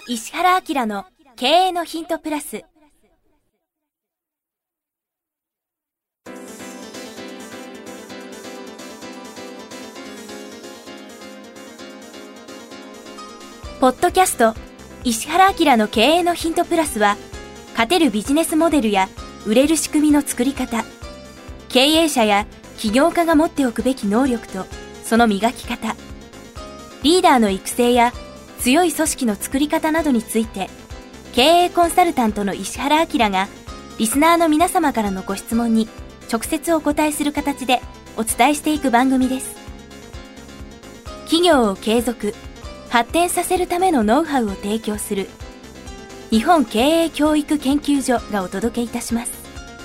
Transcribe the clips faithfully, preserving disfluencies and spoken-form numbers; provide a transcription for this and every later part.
石原明の経営のヒントプラス。ポッドキャスト石原明の経営のヒントプラスは、勝てるビジネスモデルや売れる仕組みの作り方、経営者や起業家が持っておくべき能力とその磨き方、リーダーの育成や強い組織の作り方などについて、経営コンサルタントの石原明がリスナーの皆様からのご質問に直接お答えする形でお伝えしていく番組です。企業を継続発展させるためのノウハウを提供する日本経営教育研究所がお届けいたします。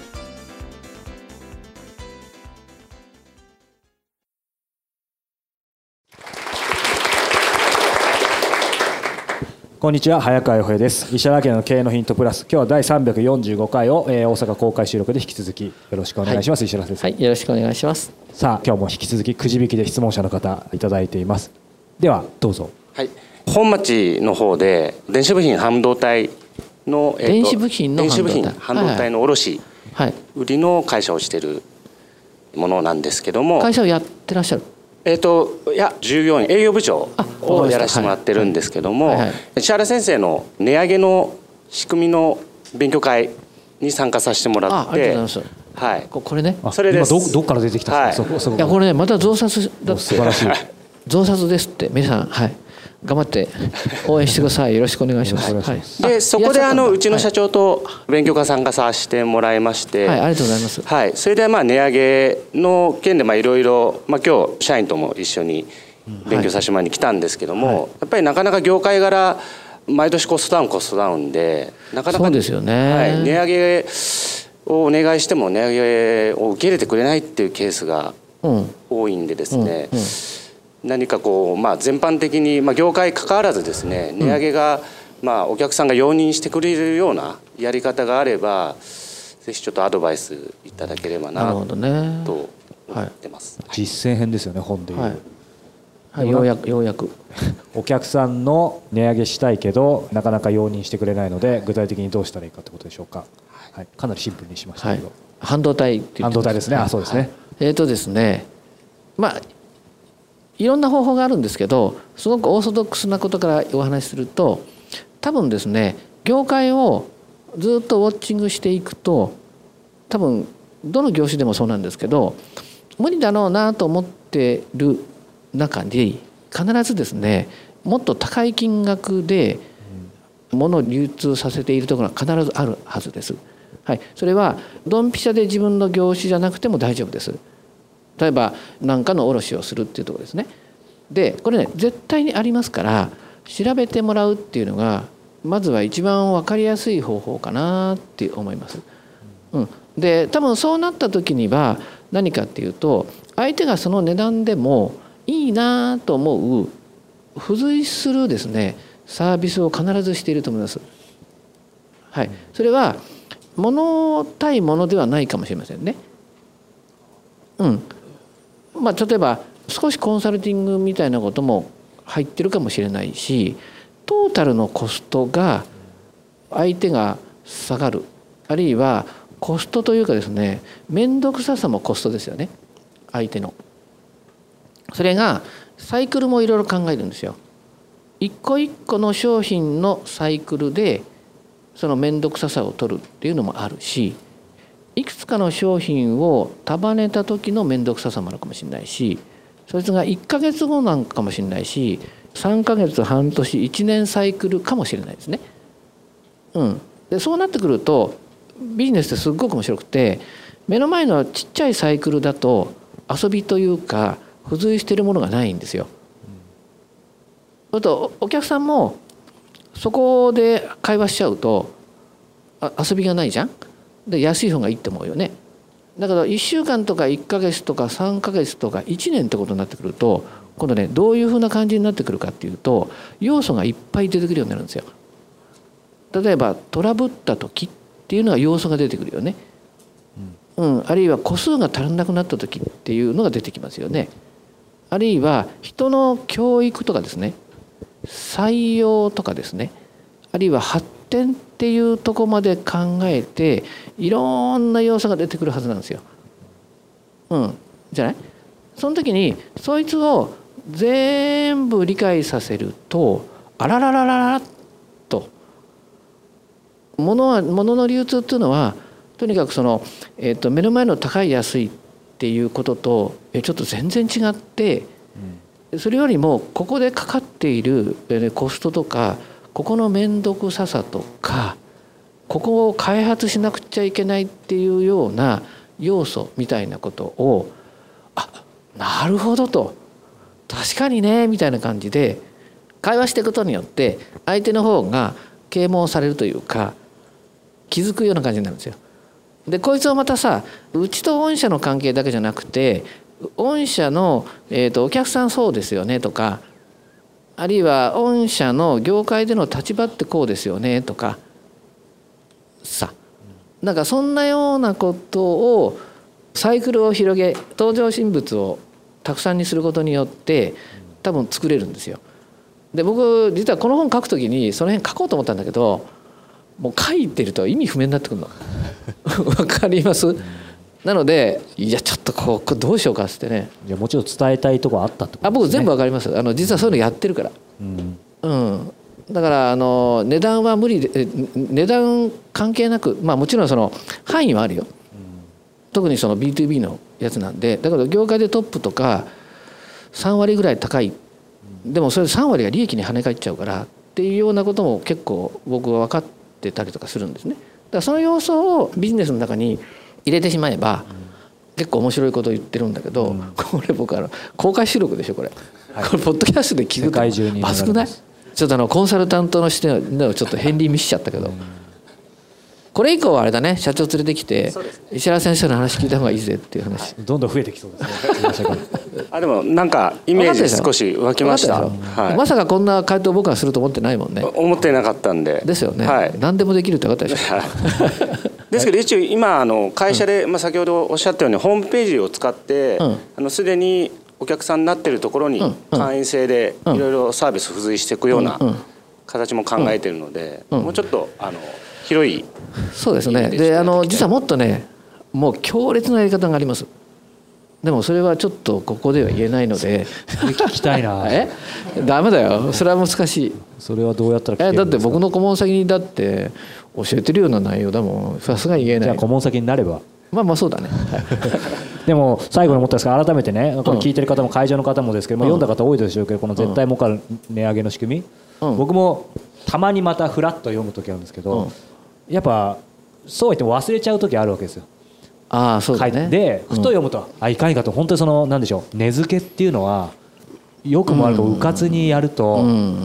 こんにちは、早川洋平です。石原明の経営のヒントプラス、今日はだいさんびゃくよんじゅうごかいを、えー、大阪公開収録で引き続きよろしくお願いします。はい、石原先生。 はい、よろしくお願いします。 さあ、今日も引き続きくじ引きで質問者の方いただいています。ではどうぞ。 はい、本町の方で電子部品半導体の、えー、 電子部品の電子部品半導体の卸売りの会社をしているものなんですけども、 会社をやってらっしゃる。 えー、といや従業員営業部長をやらせてもらってるんですけども、石原先生の値上げの仕組みの勉強会に参加させてもらって、 あ、ありがとうございます。 はい、 これね、 それです。今 ど, どっから出てきたんですか。はい、そこそこ。 いやこれね、また増刷だって。 素晴らしい。 増刷ですって。皆さん、はい、頑張って応援してください。よろしくお願いします。はい、 でそこであのうちの社長と勉強会参加させてもらいまして、 はい、ありがとうございます。 はい、それでまあ値上げの件でまあいろいろ、まあ今日社員とも一緒に勉強させてもらいに来たんですけども、はい、やっぱりなかなか業界柄毎年コストダウンコストダウンでなかなかそうですよね。 はい、値上げをお願いしても値上げを受け入れてくれないっていうケースが多いんでですね。うんうんうん、何かこう、まあ、全般的に、まあ、業界関わらずですね、値上げが、まあ、お客さんが容認してくれるようなやり方があれば、ぜひちょっとアドバイスいただければなと思ってます。 はい、実践編ですよね、本でいう。 はいはい、ようやくようやくお客さんの値上げしたいけどなかなか容認してくれないので、具体的にどうしたらいいかということでしょうか。はい、かなりシンプルにしましたけど、はい、 半導体って言ってます。 半導体ですね。あ、そうですね。はい、 えーとですね、まあいろんな方法があるんですけど、すごくオーソドックスなことからお話しすると、多分ですね、業界をずっとウォッチングしていくと、多分どの業種でもそうなんですけど、無理だろうなと思ってる中に必ずですね、もっと高い金額で物を流通させているところが必ずあるはずです。はい、それはドンピシャで自分の業種じゃなくても大丈夫です。例えば何かの卸をするっていうところですね。でこれね、絶対にありますから、調べてもらうっていうのがまずは一番分かりやすい方法かなって思います。うん、で多分そうなった時には何かっていうと、相手がその値段でもいいなと思う付随するですねサービスを必ずしていると思います。はい、それは物対物ではないかもしれませんね。うん。まあ、例えば少しコンサルティングみたいなことも入ってるかもしれないし、トータルのコストが相手が下がる、あるいはコストというかですね、面倒くささもコストですよね、相手の。それがサイクルもいろいろ考えるんですよ。一個一個の商品のサイクルでその面倒くささを取るっていうのもあるし、いくつかの商品を束ねた時の面倒くささもあるかもしれないし、そいつがいっかげつごなんかもしれないし、さんかげつ、半年、いちねんサイクルかもしれないですね。うん、でそうなってくるとビジネスってすっごく面白くて、目の前のちっちゃいサイクルだと遊びというか付随しているものがないんですよ。うん、とお客さんもそこで会話しちゃうとあ遊びがないじゃん。で安い方がいいって思うよね。だけどいっしゅうかんとかいっかげつとかさんかげつとかいちねんってことになってくると、今度ね、どういうふうな感じになってくるかっていうと、要素がいっぱい出てくるようになるんですよ。例えばトラブった時っていうのが要素が出てくるよね。うん、あるいは個数が足らなくなった時っていうのが出てきますよね。あるいは人の教育とかですね、採用とかですね、 あるいは発展っていうとこまで考えていろんな要素が出てくるはずなんですよ。うん、じゃない？その時にそいつを全部理解させるとあらららららと物は物の流通っていうのはとにかくその、えー、と目の前の高い安いっていうこととえちょっと全然違って、うん、それよりもここでかかっているコストとかここの面倒くささとかここを開発しなくちゃいけないっていうような要素みたいなことをあなるほどと確かにねみたいな感じで会話していくことによって相手の方が啓蒙されるというか気づくような感じになるんですよ。でこいつをまたさうちと御社の関係だけじゃなくて御社の、えーと、お客さんそうですよねとかあるいは御社の業界での立場ってこうですよねとかさなんかそんなようなことをサイクルを広げ登場人物をたくさんにすることによって多分作れるんですよ。で僕実はこの本書くときにその辺書こうと思ったんだけどもう書いてると意味不明になってくるのわかります？なのでいやちょっとこうどうしようかっつってねいやもちろん伝えたいところあったってことですね。 あ僕全部わかります。あの実はそういうのやってるから、うんうん、だからあの値段は無理で値段関係なくまあもちろんその範囲はあるよ、うん、特にその ビーツービー のやつなんでだけど業界でトップとかさんわりぐらい高いでもそれさんわりが利益に跳ね返っちゃうからっていうようなことも結構僕は分かってたりとかするんですね。だからその要素をビジネスの中に入れてしまえば結構面白いことを言ってるんだけど、うん、これ僕あの公開収録でしょこれ、はい、これポッドキャストで聞くとまずくない？ちょっとあのコンサルタントの視点をちょっと片鱗見しちゃったけど、うん、これ以降はあれだね社長連れてきて石原先生の話聞いた方がいいぜっていう話どんどん増えてきそうですねあでもなんかイメージ少し湧きました、 はい、まさかこんな回答僕がすると思ってないもんね。 思ってなかったんでですよね、はい、何でもできるって分かったでしょ、はい、 ですけど一応今あの会社で、まあ、先ほどおっしゃったようにホームページを使ってすで、うん、にお客さんになっているところに会員制でいろいろサービス付随していくような形も考えているので、うんうん、もうちょっとあの広いそうですね。であの実はもっとねもう強烈なやり方があります。でもそれはちょっとここでは言えないので聞きたいなえダメだよそれは難しい。 それはどうやったら聞けるんですか？ だって僕の顧問先にだって教えてるような内容だもんさすがに言えない。 じゃあ顧問先になればまあまあそうだねでも最後に思ったんですが改めてねこれ聞いてる方も会場の方もですけど、うん、読んだ方多いでしょうけどこの絶対儲かる値上げの仕組み、うん、僕もたまにまたフラッと読む時あるんですけど、うん、やっぱそう言っても忘れちゃう時あるわけですよ。 ああそうだね。 でふと読むと、うん、あいかにかと本当にその何でしょう値付けっていうのはよくもあるとうかつにやると、うん、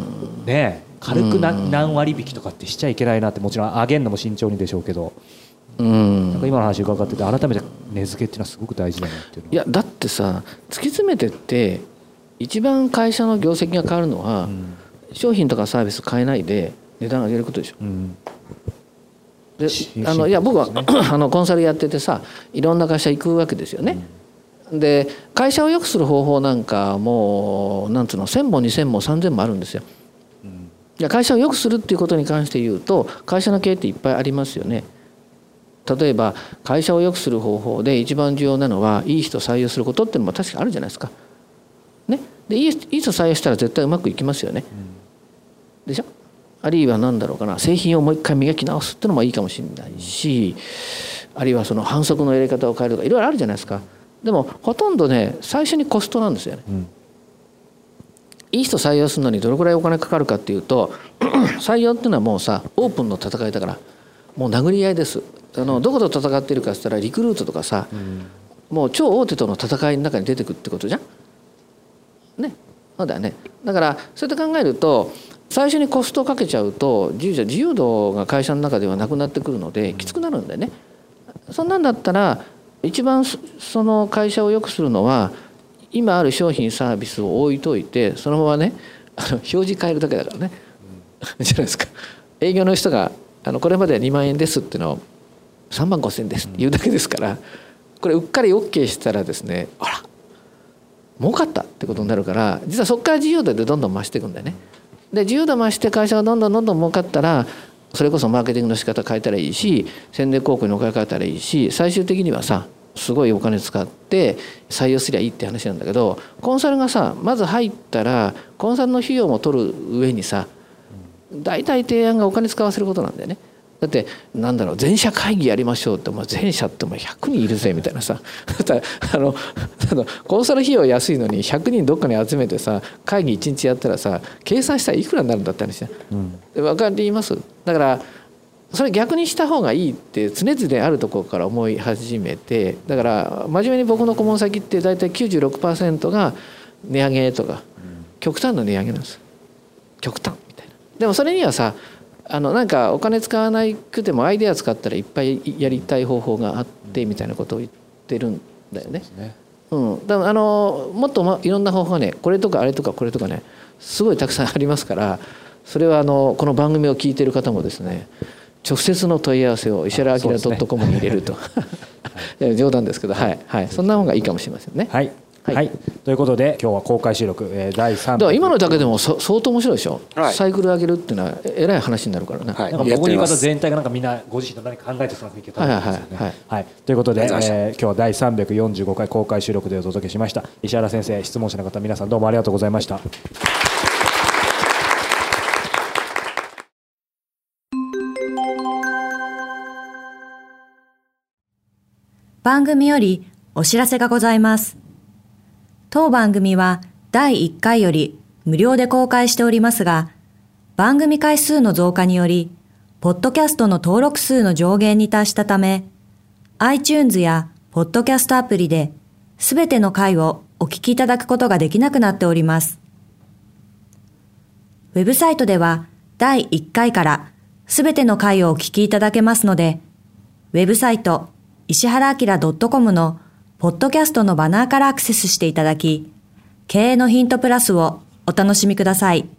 ね軽くな、うん、何割引きとかってしちゃいけないなってもちろん上げるのも慎重にでしょうけど、うん、なんか今の話伺ってて改めて値付けっていうのはすごく大事だなっていうのいやだってさ突き詰めてって一番会社の業績が変わるのは、うん、商品とかサービス変えないで値段上げることでしょ、うんであのいや僕はあのコンサルやっててさいろんな会社行くわけですよね、うん、で会社を良くする方法なんかもうなんつうのせんもにせんもさんぜんもあるんですよ、うん、いや会社を良くするっていうことに関して言うと会社の経営っていっぱいありますよね。例えば会社を良くする方法で一番重要なのはいい人採用することっていうのも確かあるじゃないですか、ね、でいい人採用したら絶対うまくいきますよね、うん、でしょ。あるいは何だろうかな製品をもう一回磨き直すっていうのもいいかもしれないしあるいはその反則のやり方を変えるとかいろいろあるじゃないですか。でもほとんどね最初にコストなんですよね、うん、いい人採用するのにどれくらいお金かかるかっていうと採用っていうのはもうさオープンの戦いだからもう殴り合いです。あのどこと戦っているかって言ったらリクルートとかさ、うん、もう超大手との戦いの中に出てくってことじゃんね。そうだよね。だからそうやって考えると最初にコストをかけちゃうと自由自由度が会社の中ではなくなってくるのできつくなるんだよね。そんなんだったら一番その会社を良くするのは今ある商品サービスを置いといてそのままねあの表示変えるだけだからね、うん、じゃないですか。営業の人があのこれまではにまんえんですっていうのをさんまんごせんえんですって言うだけですからこれうっかり OK したらですねあら儲かったってことになるから実はそこから自由度でどんどん増していくんだよね。 で自由度増して会社がどんどんどんどん儲かったらそれこそマーケティングの仕方変えたらいいし宣伝広告にお金変えたらいいし最終的にはさすごいお金使って採用すりゃいいって話なんだけどコンサルがさまず入ったらコンサルの費用も取る上にさ大体提案がお金使わせることなんだよね。だってなんだろう全社会議やりましょうって全社ってひゃくにんいるぜみたいなさあのコンサル費用安いのにひゃくにんどっかに集めてさ会議いちにちやったらさ計算したらいくらになるんだって話だ、うん、分かります。だからそれ逆にした方がいいって常々あるところから思い始めてだから真面目に僕の顧問先って大体 きゅうじゅうろくパーセント が値上げとか極端な値上げなんです。極端みたいな。でもそれにはさあのなんかお金使わなくてもアイデア使ったらいっぱいやりたい方法があってみたいなことを言ってるんだよね。うん、だからあのもっと、ま、いろんな方法がねこれとかあれとかこれとかねすごいたくさんありますからそれはあのこの番組を聞いている方もですね直接の問い合わせを石原明 .com に入れると、ね、冗談ですけど、はいはい、そんな方がいいかもしれませんね。 はいはいはい、ということで今日は公開収録、えー、だいさんだから今のだけでも相当面白いでしょ、はい、サイクル上げるっていうのはえらい話になるからね、 はい、なんか僕の言い方全体がなんかみんなご自身の何か考えてそうな雰囲気が漂ってますよね、はいはいはいはい、ということで、えー、今日はだいさんびゃくよんじゅうごかい公開収録でお届けしました。石原先生質問者の方皆さんどうもありがとうございました。 番組よりお知らせがございます。当番組はだいいっかいより無料で公開しておりますが、番組回数の増加により、ポッドキャストの登録数の上限に達したため、iTunes やポッドキャストアプリで、すべての回をお聞きいただくことができなくなっております。ウェブサイトではだいいっかいからすべての回をお聞きいただけますので、ウェブサイト石原明 .com のポッドキャストのバナーからアクセスしていただき、経営のヒントプラスをお楽しみください。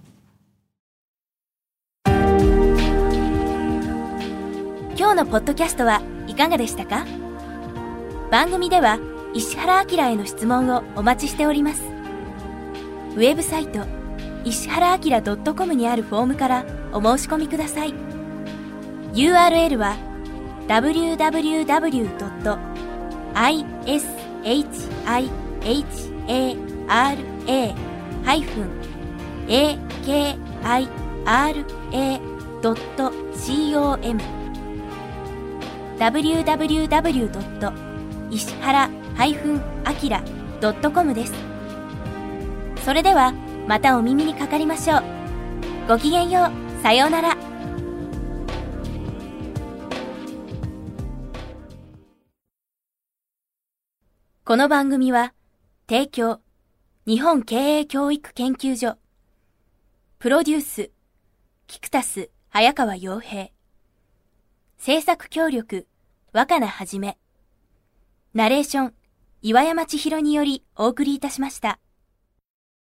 今日のポッドキャストはいかがでしたか？番組では石原明への質問をお待ちしております。ウェブサイト石原明 .com にあるフォームからお申し込みください。ユーアールエル は ダブリューダブリューダブリュードットアイエスエイチアイエイチエーアールエー ハイフン エーケーアイアールエー ドット コム ダブリューダブリューダブリュー ドット 石原 アキラ ドット コム です。それではまたお耳にかかりましょう。ごきげんよう。さようなら。この番組は提供日本経営教育研究所プロデュースキクタス早川洋平制作協力若菜はじめナレーション岩山千尋によりお送りいたしました。